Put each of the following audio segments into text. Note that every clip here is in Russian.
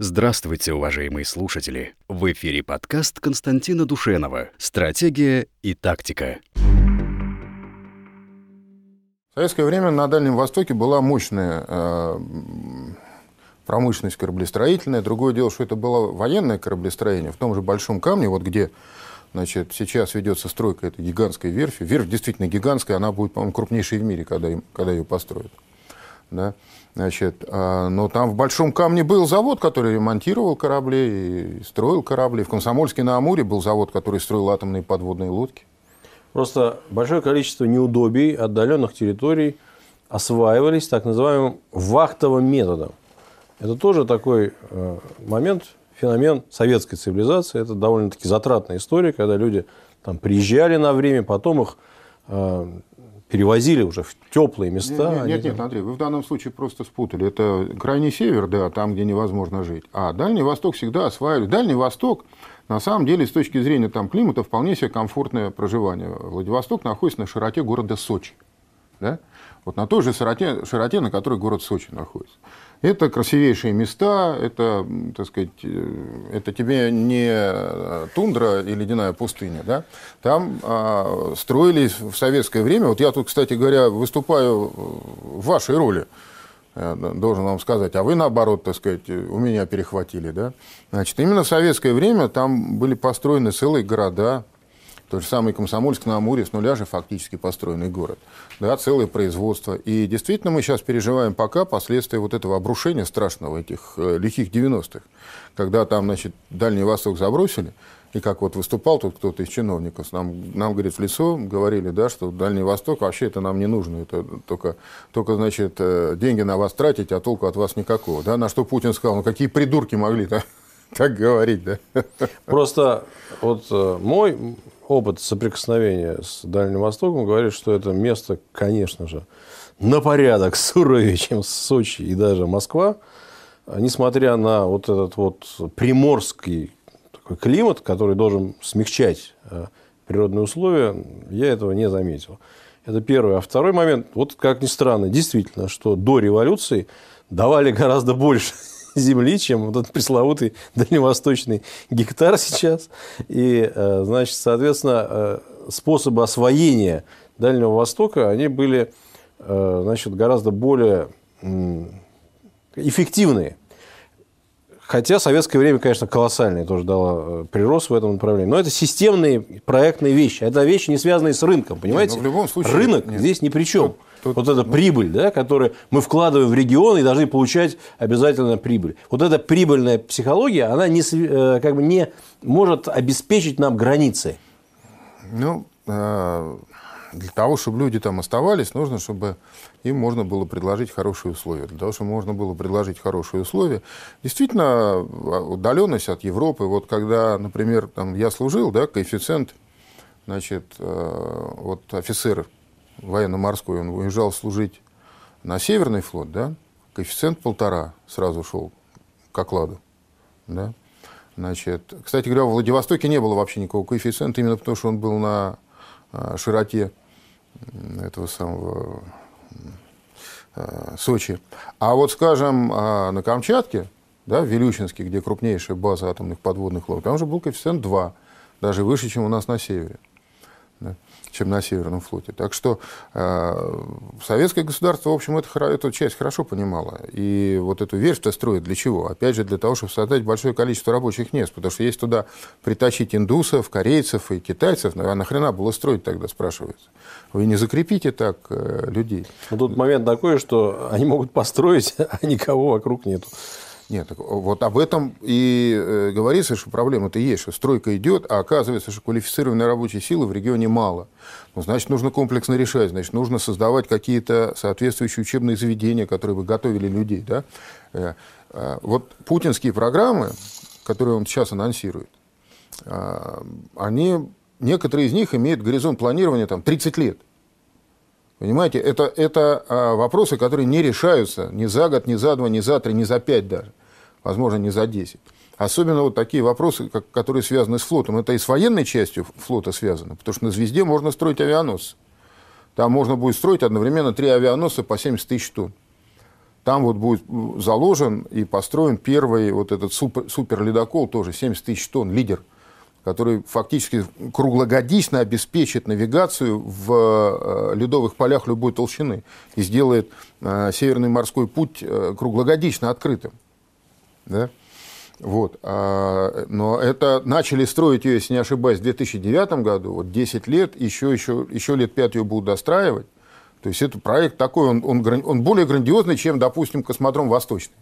Здравствуйте, уважаемые слушатели! В эфире подкаст Константина Душенова «Стратегия и тактика». В советское время на Дальнем Востоке была мощная промышленность кораблестроительная. Другое дело, что это было военное кораблестроение. В том же Большом Камне, вот где сейчас ведется стройка этой гигантской верфи. Верфь действительно гигантская, она будет, по-моему, крупнейшей в мире, когда ее построят. Да? Но там в Большом Камне был завод, который ремонтировал корабли и строил корабли. В Комсомольске-на-Амуре был завод, который строил атомные подводные лодки. Просто большое количество неудобий отдаленных территорий осваивались так называемым вахтовым методом. Это тоже такой момент, феномен советской цивилизации. Это довольно-таки затратная история, когда люди там приезжали на время, потом их перевозили уже в теплые места. Нет, Андрей, вы в данном случае просто спутали. Это крайний север, да, там, где невозможно жить. А Дальний Восток всегда осваивали. Дальний Восток, на самом деле, с точки зрения там, климата, вполне себе комфортное проживание. Владивосток находится на широте города Сочи. Да? Вот на той же широте, на которой город Сочи находится. Это красивейшие места, это, так сказать, это тебе не тундра и ледяная пустыня. Да? Там строились в советское время. Вот я тут, кстати говоря, выступаю в вашей роли, должен вам сказать, а вы, наоборот, так сказать, у меня перехватили. Да? Значит, именно в советское время там были построены целые города. Тот же самый Комсомольск-на-Амуре с нуля же фактически построенный город. Да, целое производство. И действительно мы сейчас переживаем пока последствия вот этого обрушения страшного, этих лихих 90-х. Когда там, значит, Дальний Восток забросили, и как вот выступал тут кто-то из чиновников, нам говорит, в лицо говорили, да, что Дальний Восток вообще это нам не нужно, это только значит, деньги на вас тратить, а толку от вас никакого. Да? На что Путин сказал, ну какие придурки могли-то так говорить, да? Просто вот мой опыт соприкосновения с Дальним Востоком говорит, что это место, конечно же, на порядок суровее, чем Сочи и даже Москва, несмотря на вот этот вот приморский такой климат, который должен смягчать природные условия, я этого не заметил. Это первый. А второй момент, вот как ни странно, действительно, что до революции давали гораздо больше земли, чем вот этот пресловутый дальневосточный гектар сейчас. И, значит, соответственно, способы освоения Дальнего Востока, они были, значит, гораздо более эффективные. Хотя советское время, конечно, колоссальный тоже дало прирост в этом направлении. Но это системные проектные вещи. Это вещи, не связанные с рынком, понимаете? В любом случае, рынок здесь ни при чем. Вот эта прибыль, да, которую мы вкладываем в регион и должны получать обязательно прибыль. Вот эта прибыльная психология, она как бы не может обеспечить нам границы. Ну, для того, чтобы люди там оставались, нужно, чтобы им можно было предложить хорошие условия. Для того, чтобы можно было предложить хорошие условия, действительно, удаленность от Европы. Вот когда, например, там я служил, да, коэффициент, значит, вот офицер военно-морской, он уезжал служить на Северный флот, да, коэффициент 1,5 сразу шел к окладу. Да. Значит, кстати говоря, в Владивостоке не было вообще никакого коэффициента, именно потому что он был на широте этого самого Сочи. А вот, скажем, на Камчатке, да, в Вилючинске, где крупнейшая база атомных подводных лодок, там же был коэффициент 2, даже выше, чем у нас на севере. Да, чем на Северном флоте. Так что советское государство, в общем, эту часть хорошо понимало. И вот эту верфь-то строит для чего? Опять же, для того, чтобы создать большое количество рабочих мест. Потому что если туда притащить индусов, корейцев и китайцев, а нахрена было строить тогда, спрашивается? Вы не закрепите так людей. Но тут момент такой, что они могут построить, а никого вокруг нету. Нет, вот об этом и говорится, что проблема-то есть, что стройка идет, а оказывается, что квалифицированной рабочей силы в регионе мало. Ну, значит, нужно комплексно решать, значит, нужно создавать какие-то соответствующие учебные заведения, которые бы готовили людей. Да? Вот путинские программы, которые он сейчас анонсирует, некоторые из них имеют горизонт планирования там, 30 лет. Понимаете, это вопросы, которые не решаются ни за год, ни за 2, ни за 3, ни за 5 даже. Возможно, не за 10. Особенно вот такие вопросы, которые связаны с флотом. Это и с военной частью флота связано, потому что на «Звезде» можно строить авианосцы. Там можно будет строить одновременно 3 авианосца по 70 тысяч тонн. там вот будет заложен и построен первый вот этот супер-ледокол, тоже 70 тысяч тонн, «Лидер», который фактически круглогодично обеспечит навигацию в ледовых полях любой толщины и сделает Северный морской путь круглогодично открытым. Да? Вот. Но это начали строить ее, если не ошибаюсь, в 2009 году, вот 10 лет, еще лет 5 ее будут достраивать. То есть это проект такой, он более грандиозный, чем, допустим, космодром «Восточный».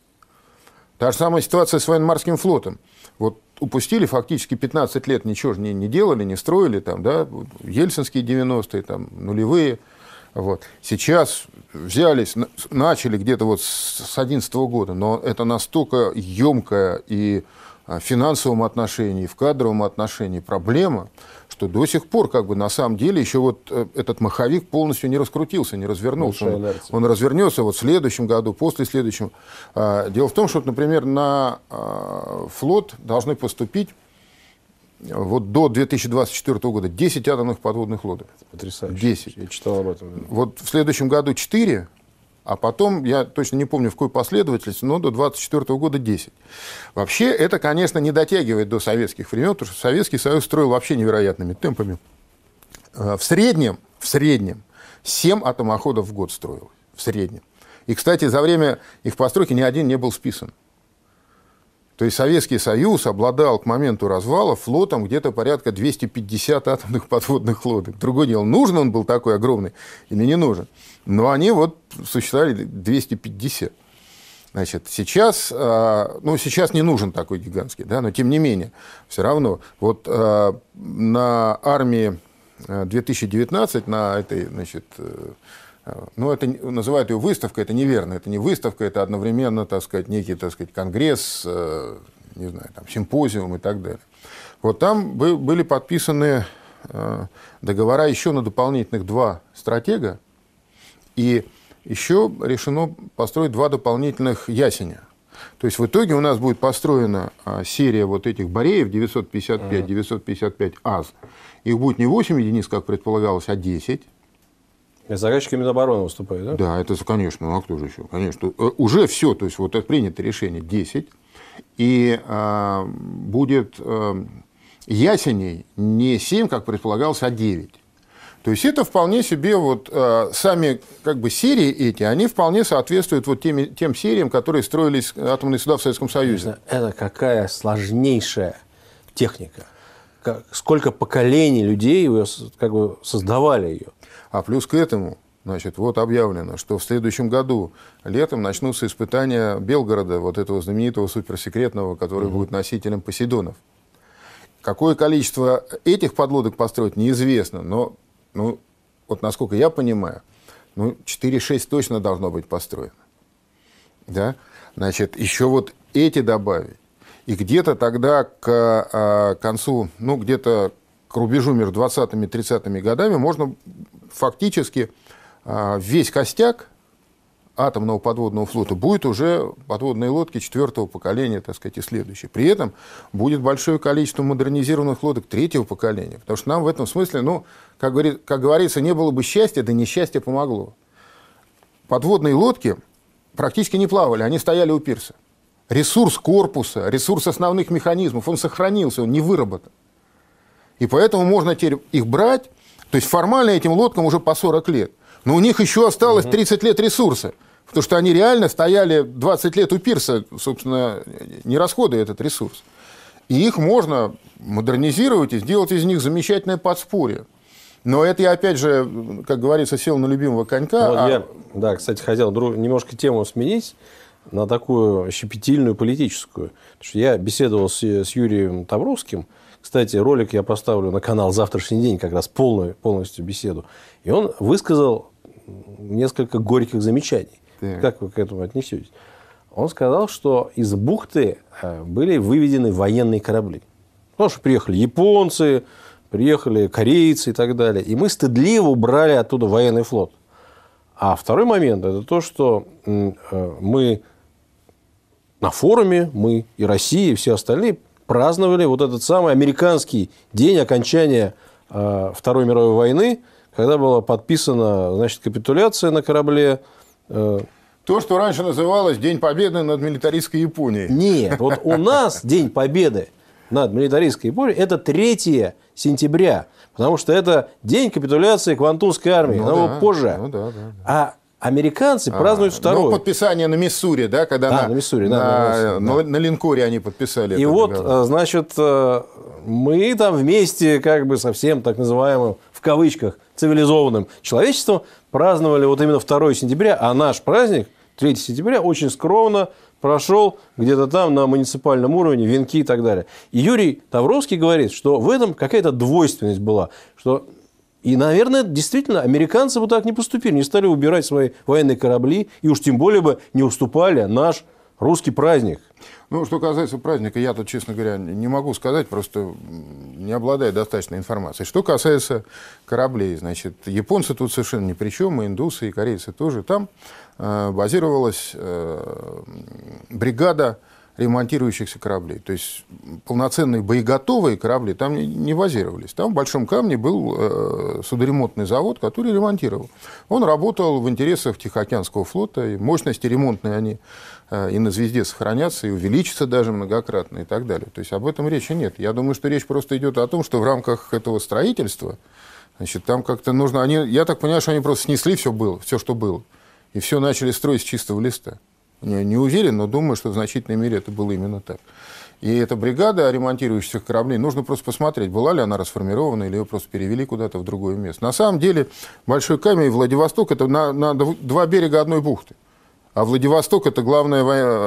Та же самая ситуация с военно-морским флотом. Вот упустили фактически 15 лет, ничего же не делали, не строили, там, да, ельцинские 90-е, там, нулевые. Вот. Сейчас взялись, начали где-то вот с 2011 года, но это настолько емкая и в финансовом отношении, и в кадровом отношении проблема, что до сих пор, как бы, на самом деле, еще вот этот маховик полностью не раскрутился, не развернулся. Он развернется вот в следующем году, после следующего. Дело в том, что, например, на флот должны поступить вот до 2024 года 10 атомных подводных лодок. Это потрясающе. 10. Я читал об этом. Вот в следующем году 4, а потом, я точно не помню, в какой последовательности, но до 2024 года 10. Вообще, это, конечно, не дотягивает до советских времен, потому что Советский Союз строил вообще невероятными темпами. В среднем 7 атомоходов в год строилось. В среднем. И, кстати, за время их постройки ни один не был списан. То есть Советский Союз обладал к моменту развала флотом где-то порядка 250 атомных подводных лодок. Другое дело, нужен он был такой огромный или не нужен. Но они вот существовали 250. Значит, сейчас не нужен такой гигантский, да, но тем не менее, все равно, вот на армии 2019, на этой, значит, ну, это называют ее выставкой, это неверно, это не выставка, это одновременно, так сказать, некий, так сказать, конгресс, не знаю, там, симпозиум и так далее. Вот там были подписаны договора еще на дополнительных 2 стратега, и еще решено построить 2 дополнительных ясеня. То есть в итоге у нас будет построена серия вот этих Бореев 955, 955 АЗ. Их будет не 8 единиц, как предполагалось, а 10. Заказчики Минобороны выступают, да? Да, это, конечно, ну а кто же еще? Конечно, уже все, то есть вот это принято решение 10, и будет ясеней не 7, как предполагалось, а 9. То есть это вполне себе вот сами как бы серии эти, они вполне соответствуют вот тем сериям, которые строились атомные суда в Советском Союзе. Это какая сложнейшая техника. Сколько поколений людей как бы создавали ее. А плюс к этому, значит, вот объявлено, что в следующем году летом начнутся испытания Белгорода, вот этого знаменитого суперсекретного, который будет носителем Посейдонов. Какое количество этих подлодок построить, неизвестно, но, ну, вот насколько я понимаю, ну, 4-6 точно должно быть построено. Да? Значит, еще вот эти добавить. И где-то тогда к концу, ну, где-то к рубежу между 20-ми и 30-ми годами можно фактически весь костяк атомного подводного флота будет уже подводные лодки 4-го поколения, так сказать, и следующие. При этом будет большое количество модернизированных лодок 3-го поколения. Потому что нам в этом смысле, ну, как говорится, не было бы счастья, да несчастье помогло. Подводные лодки практически не плавали, они стояли у пирса. Ресурс корпуса, ресурс основных механизмов, он сохранился, он не выработан. И поэтому можно теперь их брать, то есть формально этим лодкам уже по 40 лет. Но у них еще осталось 30 лет ресурса, потому что они реально стояли 20 лет у пирса, собственно, не расходуя этот ресурс. И их можно модернизировать и сделать из них замечательное подспорье. Но это я, опять же, как говорится, сел на любимого конька. Вот я, да, кстати, хотел немножко тему сменить на такую щепетильную политическую. Потому что я беседовал с Юрием Тавровским. Кстати, ролик я поставлю на канал «Завтрашний день», как раз полностью беседу. И он высказал несколько горьких замечаний. Так. Как вы к этому отнесетесь? Он сказал, что из бухты были выведены военные корабли. Потому что приехали японцы, приехали корейцы и так далее. И мы стыдливо убрали оттуда военный флот. А второй момент – это то, что мы на форуме, мы и Россия, и все остальные праздновали вот этот самый американский день окончания Второй мировой войны, когда была подписана, значит, капитуляция на корабле То, что раньше называлось День Победы над милитаристской Японией. Нет, вот у нас День Победы над милитаристской Японией – это 3 сентября, потому что это день капитуляции Квантунской армии, но позже. А американцы празднуют 2-й. Ну, подписание на Миссури, да, когда на Миссури, на линкоре они подписали. И вот, значит, мы там вместе как бы со всем так называемым, в кавычках, цивилизованным человечеством праздновали вот именно 2 сентября, а наш праздник, 3 сентября, очень скромно прошел где-то там на муниципальном уровне, венки и так далее. И Юрий Тавровский говорит, что в этом какая-то двойственность была, что... И, наверное, действительно, американцы бы так не поступили, не стали убирать свои военные корабли, и уж тем более бы не уступали наш русский праздник. Ну, что касается праздника, я тут, честно говоря, не могу сказать, просто не обладаю достаточной информацией. Что касается кораблей, значит, японцы тут совершенно ни при чем, и индусы, и корейцы тоже. Там базировалась бригада ремонтирующихся кораблей. То есть полноценные боеготовые корабли там не базировались. Там в Большом Камне был судоремонтный завод, который ремонтировал. Он работал в интересах Тихоокеанского флота, и мощности ремонтные они и на «Звезде» сохранятся, и увеличатся даже многократно и так далее. То есть об этом речи нет. Я думаю, что речь просто идет о том, что в рамках этого строительства, значит, там как-то нужно... я так понимаю, что они просто снесли все, что было, и все начали строить с чистого листа. Не уверен, но думаю, что в значительной мере это было именно так. И эта бригада ремонтирующихся кораблей, нужно просто посмотреть, была ли она расформирована или ее просто перевели куда-то в другое место. На самом деле Большой Камень и Владивосток – это на 2 берега одной бухты. А Владивосток – это главная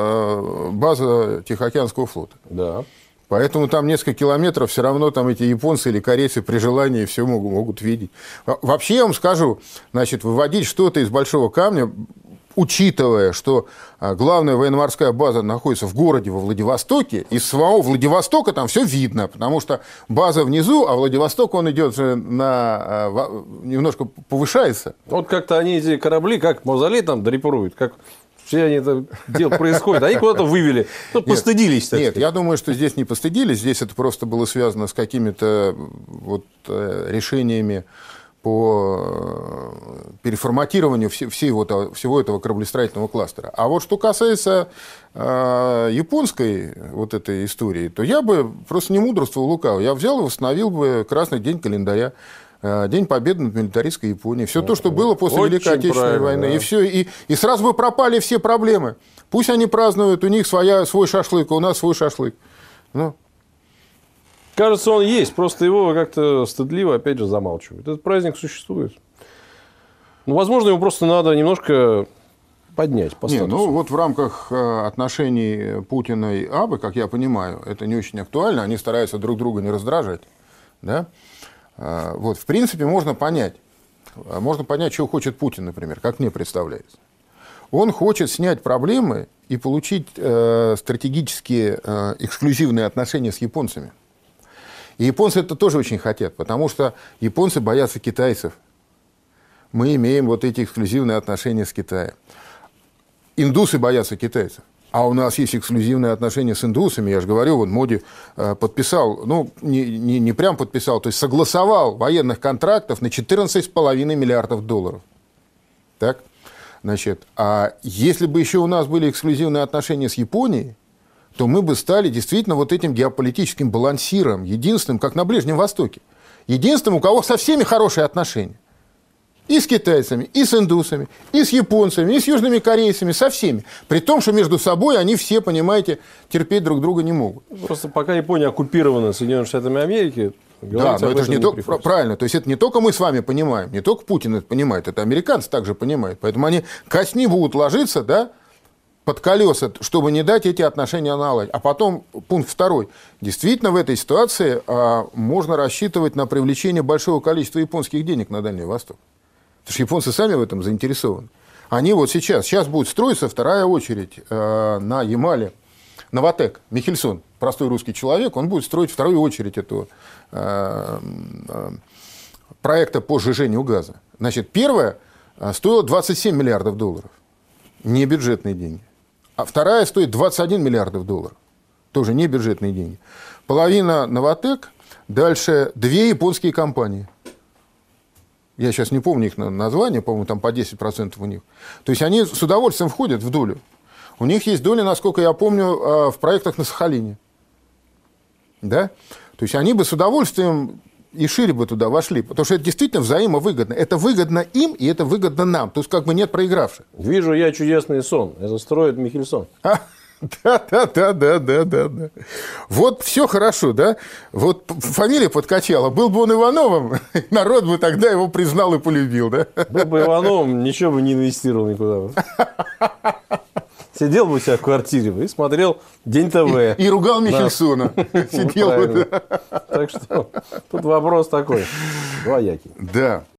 база Тихоокеанского флота. Да. Поэтому там несколько километров все равно там эти японцы или корейцы при желании все могут видеть. Вообще, я вам скажу, значит, выводить что-то из Большого Камня, учитывая, что главная военно-морская база находится в городе во Владивостоке, из самого Владивостока там все видно, потому что база внизу, а Владивосток, он идет же немножко повышается. Вот как-то они, эти корабли, как мавзолей там дрейфуют, как все они это дело происходит, они куда-то вывели, постыдились. Нет, я думаю, что здесь не постыдились, здесь это просто было связано с какими-то вот решениями по переформатированию всего этого кораблестроительного кластера. А вот что касается японской вот этой истории, то я бы просто не мудрствовал лукаво. Я взял и восстановил бы красный день календаря, День Победы над милитаристской Японией. Все то, что было после Великой Отечественной войны. Да. И все. И сразу бы пропали все проблемы. Пусть они празднуют, у них свой шашлык, а у нас свой шашлык. Ну. Кажется, он есть, просто его как-то стыдливо, опять же, замалчивают. Этот праздник существует. Ну, возможно, его просто надо немножко поднять по статусу. Ну, вот в рамках отношений Путина и Абы, как я понимаю, это не очень актуально, они стараются друг друга не раздражать. Да? Вот, в принципе, можно понять, чего хочет Путин, например, как мне представляется. Он хочет снять проблемы и получить стратегические эксклюзивные отношения с японцами. И японцы это тоже очень хотят, потому что японцы боятся китайцев. Мы имеем вот эти эксклюзивные отношения с Китаем. Индусы боятся китайцев. А у нас есть эксклюзивные отношения с индусами. Я же говорю, вот Моди подписал, ну, не прям подписал, то есть согласовал военных контрактов на $14,5 миллиардов. Так? Значит, а если бы еще у нас были эксклюзивные отношения с Японией, то мы бы стали действительно вот этим геополитическим балансиром, единственным, как на Ближнем Востоке. Единственным, у кого со всеми хорошие отношения. И с китайцами, и с индусами, и с японцами, и с южными корейцами, со всеми. При том, что между собой они все, понимаете, терпеть друг друга не могут. Просто пока Япония оккупирована Соединенными Штатами Америки... Да, но это же не только... Правильно, то есть это не только мы с вами понимаем, не только Путин это понимает, это американцы также понимают. Поэтому они костьми будут ложиться, да, под колеса, чтобы не дать эти отношения наладить. А потом, пункт 2. Действительно, в этой ситуации можно рассчитывать на привлечение большого количества японских денег на Дальний Восток. Потому что японцы сами в этом заинтересованы. Они вот сейчас будет строиться вторая очередь на Ямале. Новотек, Михельсон, простой русский человек, он будет строить вторую очередь этого проекта по сжижению газа. Значит, первая стоила $27 миллиардов. Не бюджетные деньги. А вторая стоит $21 миллиардов. Тоже не бюджетные деньги. Половина Новотек, дальше 2 японские компании. Я сейчас не помню их название, по-моему, там по 10% у них. То есть они с удовольствием входят в долю. У них есть доля, насколько я помню, в проектах на Сахалине. Да? То есть они бы с удовольствием и шире бы туда вошли, потому что это действительно взаимовыгодно. Это выгодно им, и это выгодно нам. То есть как бы нет проигравших. Вижу я чудесный сон. Это строит Михельсон. Да. Вот все хорошо, да? Вот фамилия подкачала. Был бы он Ивановым, народ бы тогда его признал и полюбил, да? Был бы Ивановым, ничего бы не инвестировал никуда. Сидел бы у себя в квартире и смотрел День ТВ. И ругал Михельсона. Сидел бы, да. Так что тут вопрос такой, двоякий. Да.